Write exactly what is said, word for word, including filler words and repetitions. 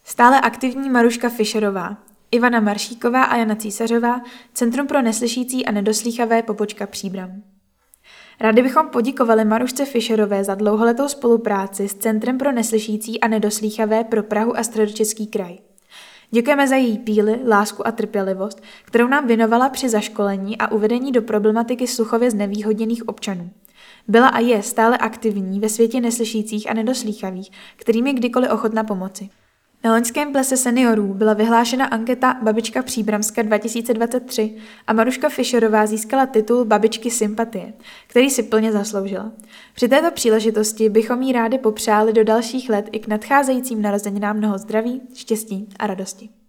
Stále aktivní Maruška Fischerová, Ivana Maršíková a Jana Císařová, Centrum pro neslyšící a nedoslýchavé pobočka Příbram. Rádi bychom poděkovali Marušce Fischerové za dlouholetou spolupráci s Centrem pro neslyšící a nedoslýchavé pro Prahu a Středočeský kraj. Děkujeme za její píli, lásku a trpělivost, kterou nám věnovala při zaškolení a uvedení do problematiky sluchově znevýhodněných občanů. Byla a je stále aktivní ve světě neslyšících a nedoslýchavých, kterým je kdykoliv ochotna pomoci. Na loňském plese seniorů byla vyhlášena anketa Babička Příbramska dva tisíce dvacet tři a Maruška Fischerová získala titul Babičky sympatie, který si plně zasloužila. Při této příležitosti bychom jí rádi popřáli do dalších let i k nadcházejícím narozeninám mnoho zdraví, štěstí a radosti.